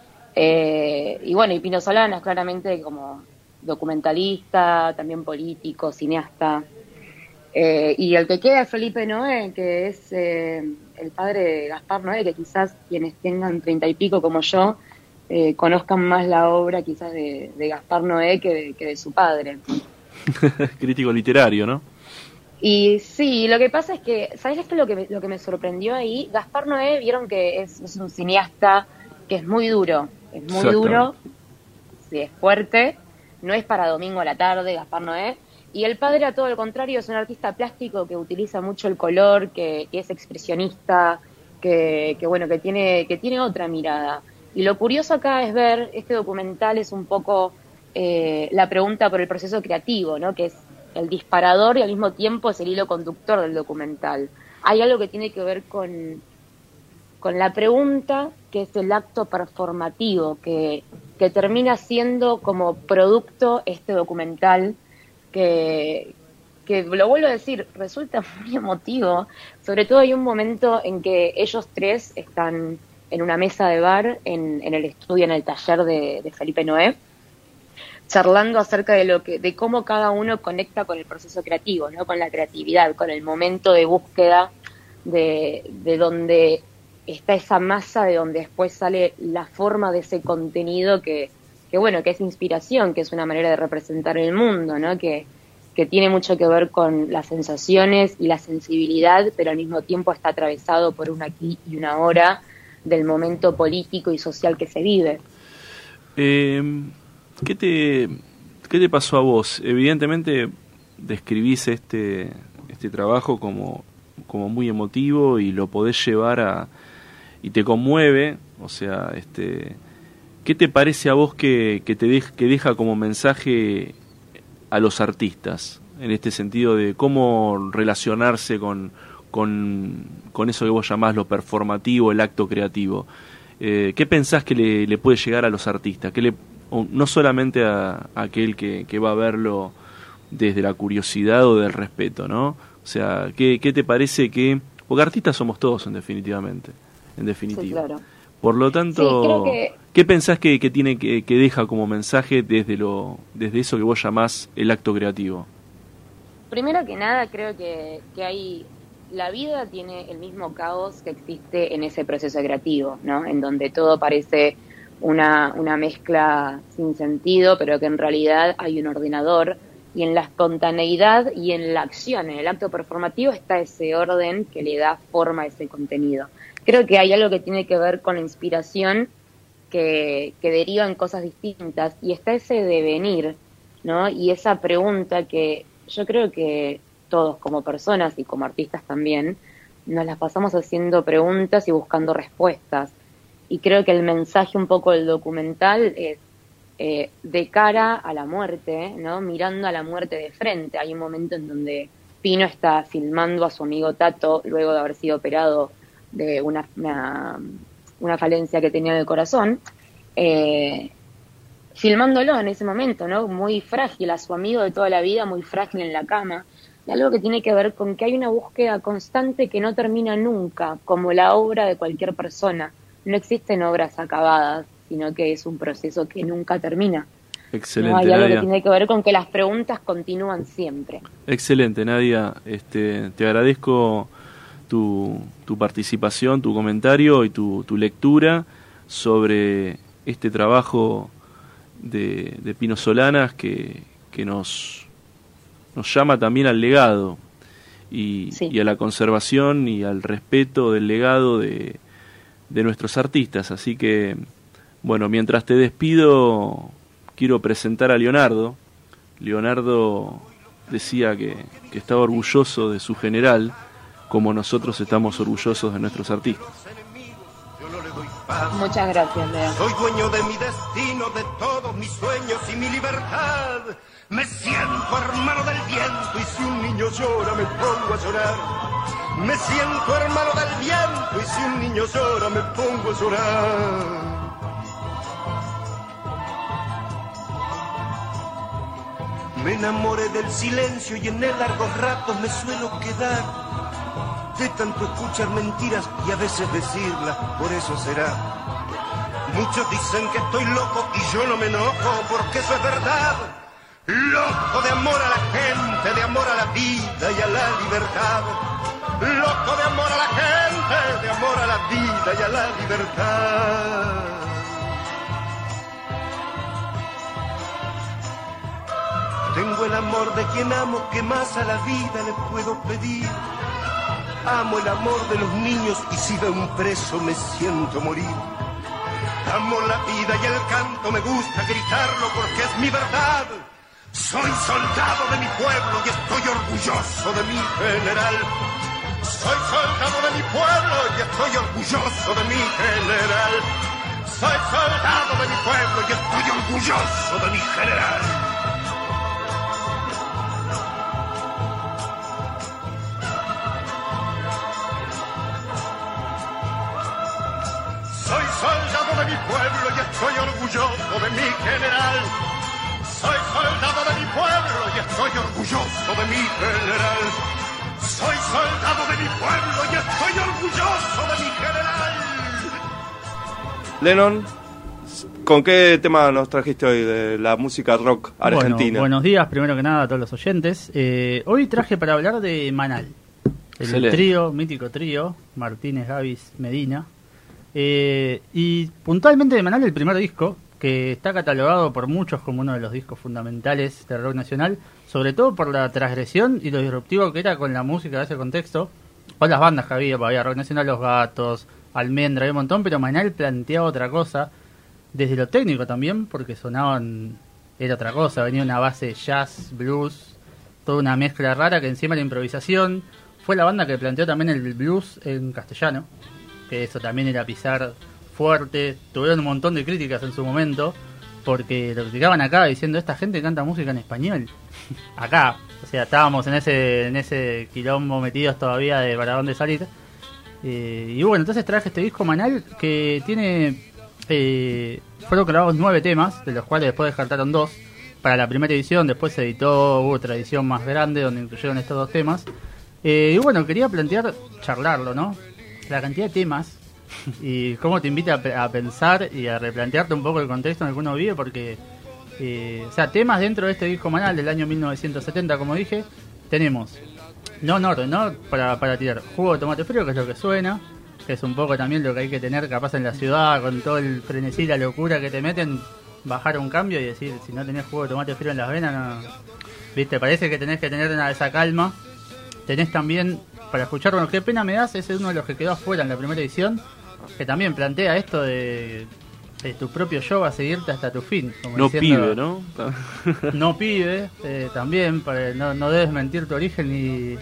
Y Pino Solanas, claramente como documentalista, también político, cineasta. Y el que queda es Felipe Noé, que es el padre de Gaspar Noé, que quizás quienes tengan 30 y pico como yo conozcan más la obra quizás de Gaspar Noé que de su padre. Crítico literario, ¿no? Y sí, lo que pasa es que, ¿sabes esto es lo que me sorprendió ahí? Gaspar Noé, vieron que es un cineasta que es muy duro, sí, es fuerte, no es para domingo a la tarde, Gaspar Noé. Y el padre, a todo lo contrario, es un artista plástico que utiliza mucho el color, que es expresionista, que tiene otra mirada. Y lo curioso acá es ver, este documental es un poco la pregunta por el proceso creativo, ¿no? Que es el disparador y al mismo tiempo es el hilo conductor del documental. Hay algo que tiene que ver con la pregunta, que es el acto performativo, que termina siendo como producto este documental, que lo vuelvo a decir, resulta muy emotivo. Sobre todo hay un momento en que ellos 3 están en una mesa de bar en el estudio, en el taller de Felipe Noé, charlando acerca de cómo cada uno conecta con el proceso creativo, ¿no? Con la creatividad, con el momento de búsqueda de donde está esa masa, de donde después sale la forma de ese contenido que es inspiración, que es una manera de representar el mundo, ¿no? Que tiene mucho que ver con las sensaciones y la sensibilidad, pero al mismo tiempo está atravesado por un aquí y una ahora del momento político y social que se vive. ¿Qué te pasó a vos? Evidentemente describís este trabajo como muy emotivo y lo podés llevar y te conmueve, o sea, ¿qué te parece a vos que deja como mensaje a los artistas? En este sentido de cómo relacionarse con eso que vos llamás lo performativo, el acto creativo. ¿Qué pensás que le puede llegar a los artistas? No solamente a aquel que va a verlo desde la curiosidad o del respeto, ¿no? O sea, ¿qué te parece que...? Porque artistas somos todos, en definitiva. Sí, claro. Por lo tanto, sí, creo que... ¿qué pensás que tiene que deja como mensaje desde eso que vos llamás el acto creativo? Primero que nada, creo que hay... La vida tiene el mismo caos que existe en ese proceso creativo, ¿no? En donde todo parece una mezcla sin sentido, pero que en realidad hay un ordenador, y en la espontaneidad y en la acción, en el acto performativo, está ese orden que le da forma a ese contenido. Creo que hay algo que tiene que ver con la inspiración que deriva en cosas distintas, y está ese devenir, ¿no? Y esa pregunta que yo creo que todos como personas y como artistas también nos las pasamos haciendo preguntas y buscando respuestas. Y creo que el mensaje un poco del documental es de cara a la muerte, ¿no? Mirando a la muerte de frente. Hay un momento en donde Pino está filmando a su amigo Tato luego de haber sido operado de una falencia que tenía en el corazón, filmándolo en ese momento, ¿no? Muy frágil, a su amigo de toda la vida, muy frágil en la cama. Y algo que tiene que ver con que hay una búsqueda constante que no termina nunca, como la obra de cualquier persona. No existen obras acabadas, sino que es un proceso que nunca termina. Excelente, ¿no? Hay algo Nadia. que tiene que ver con que las preguntas continúan siempre. Excelente, Nadia. Te agradezco tu participación, tu comentario y tu lectura sobre este trabajo de Pino Solanas que nos llama también al legado y a la conservación y al respeto del legado de nuestros artistas. Así que, bueno, mientras te despido, quiero presentar a Leonardo. Leonardo decía que estaba orgulloso de su general, como nosotros estamos orgullosos de nuestros artistas. Muchas gracias, Leo. Soy dueño de mi destino, de todos mis sueños y mi libertad. Me siento hermano del viento y si un niño llora me pongo a llorar. Me siento hermano del viento y si un niño llora me pongo a llorar. Me enamoré del silencio y en él largos ratos me suelo quedar. De tanto escuchar mentiras y a veces decirlas, por eso será. Muchos dicen que estoy loco y yo no me enojo porque eso es verdad. Loco de amor a la gente, de amor a la vida y a la libertad. Loco de amor a la gente, de amor a la vida y a la libertad. Tengo el amor de quien amo, que más a la vida le puedo pedir. Amo el amor de los niños y si veo un preso me siento morir. Amo la vida y el canto, me gusta gritarlo porque es mi verdad. Soy soldado de mi pueblo y estoy orgulloso de mi general. Soy soldado de mi pueblo y estoy orgulloso de mi general. Soy soldado de mi pueblo y estoy orgulloso de mi general. Soy soldado de mi pueblo y estoy orgulloso de mi general. Soy soldado de mi pueblo y estoy orgulloso de mi general. Soy soldado de mi pueblo y estoy orgulloso de mi general. Lennon, ¿con qué tema nos trajiste hoy de la música rock argentina? Bueno, buenos días, primero que nada a todos los oyentes. Hoy traje para hablar de Manal, el trío, mítico trío, Martínez, Gavis, Medina. Y puntualmente de Manal, el primer disco, que está catalogado por muchos como uno de los discos fundamentales del rock nacional, sobre todo por la transgresión y lo disruptivo que era con la música de ese contexto, o las bandas que había rock nacional, Los Gatos, Almendra, había un montón, pero Manal planteaba otra cosa, desde lo técnico también, porque era otra cosa, venía una base jazz, blues, toda una mezcla rara que encima la improvisación, fue la banda que planteó también el blues en castellano, que eso también era pisar fuerte, tuvieron un montón de críticas en su momento, porque lo criticaban acá diciendo, esta gente canta música en español. Acá, o sea, estábamos en ese quilombo metidos todavía de para dónde salir. Y bueno, entonces traje este disco Manal que tiene... fueron grabados 9 temas, de los cuales después descartaron 2 para la primera edición. Después se editó, hubo otra edición más grande donde incluyeron estos 2 temas. Y bueno, quería charlarlo, ¿no? La cantidad de temas y cómo te invita a pensar y a replantearte un poco el contexto en el que uno vive, porque o sea, temas dentro de este disco Manal del año 1970, como dije, tenemos no para tirar jugo de tomate frío, que es lo que suena, que es un poco también lo que hay que tener capaz en la ciudad, con todo el frenesí, la locura que te meten, bajar un cambio y decir, si no tenés jugo de tomate frío en las venas, no, viste, parece que tenés que tener esa calma. Tenés también, para escuchar, bueno, qué pena me das, ese es uno de los que quedó afuera en la primera edición, que también plantea esto de tu propio yo va a seguirte hasta tu fin. Como no diciendo, pibe, ¿no? No pibe, también, no debes mentir tu origen ni...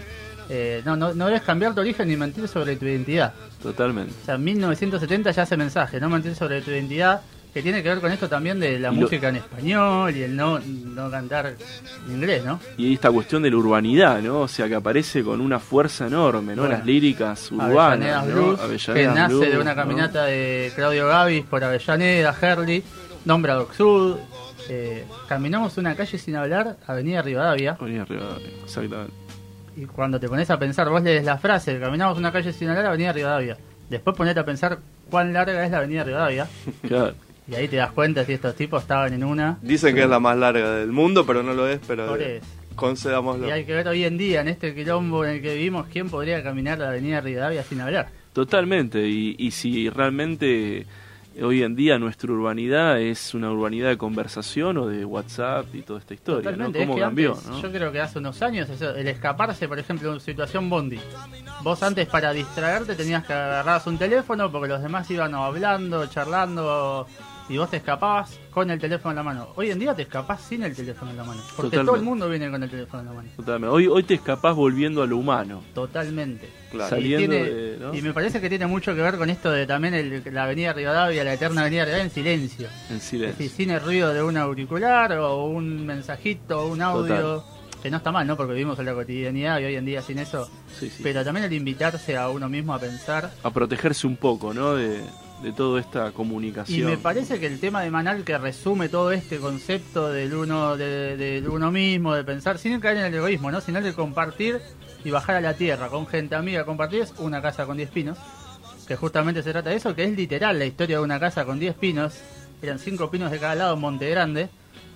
no debes cambiar tu origen ni mentir sobre tu identidad. Totalmente. O sea, en 1970 ya hace mensaje, no mentir sobre tu identidad, que tiene que ver con esto también de la música en español y el no cantar en inglés, ¿no? Y esta cuestión de la urbanidad, ¿no? O sea, que aparece con una fuerza enorme, ¿no? Bueno, las líricas urbanas, Avellanedas ¿no? Blues, Avellanedas que nace Blues, de una caminata, ¿no?, de Claudio Gavis por Avellaneda, Herli, nombra Doc Sud. Caminamos una calle sin hablar, Avenida Rivadavia. Avenida Rivadavia, exactamente. Y cuando te pones a pensar, vos lees la frase, caminamos una calle sin hablar, Avenida Rivadavia. Después ponete a pensar cuán larga es la Avenida Rivadavia. Claro. Y ahí te das cuenta si estos tipos estaban en una... Dicen que es la más larga del mundo, pero no lo es, pero Por eso. concedámoslo. Y hay que ver hoy en día, en este quilombo en el que vivimos, quién podría caminar la Avenida Rivadavia sin hablar. Totalmente, y si realmente hoy en día nuestra urbanidad es una urbanidad de conversación o de WhatsApp y toda esta historia, Totalmente. ¿no? ¿Cómo es que cambió? antes, ¿no? Yo creo que hace unos años, el escaparse, por ejemplo, de una situación bondi. Vos antes para distraerte tenías que agarrar un teléfono porque los demás iban hablando, charlando, y vos te escapabas con el teléfono en la mano. Hoy en día te escapás sin el teléfono en la mano, porque Totalmente. todo el mundo viene con el teléfono en la mano. Totalmente. Hoy te escapás volviendo a lo humano. Totalmente. Claro. Saliendo ¿no? Y me parece que tiene mucho que ver con esto de también la Avenida Rivadavia, la eterna Avenida Rivadavia en silencio. En silencio. Es decir, sin el ruido de un auricular o un mensajito o un audio. Total. Que no está mal, ¿no? Porque vivimos en la cotidianidad y hoy en día sin eso. Sí, sí. Pero también el invitarse a uno mismo a pensar. A protegerse un poco, ¿no? De toda esta comunicación. Y me parece que el tema de Manal, que resume todo este concepto del uno mismo, de pensar, sin caer en el egoísmo, ¿no? Sino de compartir y bajar a la tierra con gente amiga. Compartir es Una casa con 10 pinos, que justamente se trata de eso, que es literal la historia de una casa con 10 pinos. Eran 5 pinos de cada lado en Monte Grande.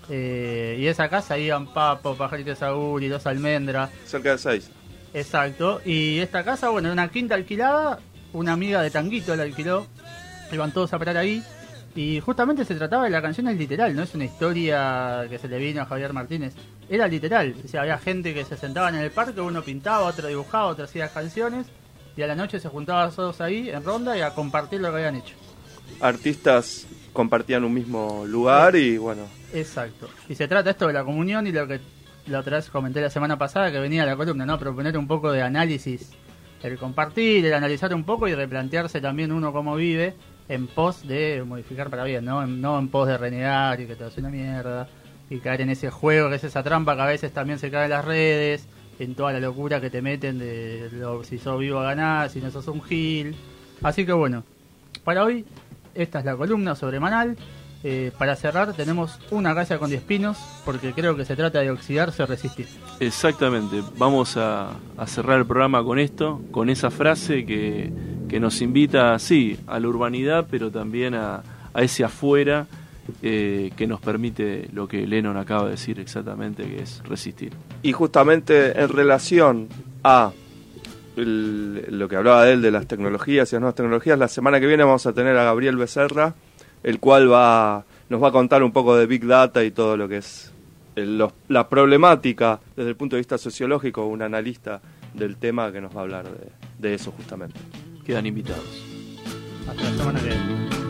Y esa casa iban Papo, Pajarito Saúl y Dos Almendras. Cerca de 6. Exacto. Y esta casa, bueno, era una quinta alquilada. Una amiga de Tanguito la alquiló. Iban todos a parar ahí. Y justamente se trataba de la canción, es literal. No es una historia que se le vino a Javier Martínez. Era literal. O sea, había gente que se sentaba en el parque. Uno pintaba, otro dibujaba, otro hacía canciones. Y a la noche se juntaban todos ahí en ronda y a compartir lo que habían hecho. Artistas compartían un mismo lugar y bueno. Exacto. Y se trata esto de la comunión y lo que la otra vez comenté la semana pasada que venía a la columna, ¿no? Proponer un poco de análisis, el compartir, el analizar un poco y replantearse también uno cómo vive en pos de modificar para bien, ¿no? No en pos de renegar y que te hace una mierda y caer en ese juego, que es esa trampa que a veces también se cae en las redes, en toda la locura que te meten de si sos vivo a ganar, si no sos un gil. Así que bueno, para hoy esta es la columna sobre Manal. Para cerrar tenemos Una casa con 10 pinos, porque creo que se trata de oxidarse o resistir. Exactamente, vamos a cerrar el programa con esto, con esa frase que nos invita, sí, a la urbanidad, pero también a ese afuera que nos permite lo que Lennon acaba de decir exactamente, que es resistir. Y justamente en relación a lo que hablaba de él, de las tecnologías y las nuevas tecnologías, la semana que viene vamos a tener a Gabriel Becerra, el cual nos va a contar un poco de Big Data y todo lo que es la problemática desde el punto de vista sociológico, un analista del tema que nos va a hablar de eso justamente. Quedan invitados. Hasta la semana que viene.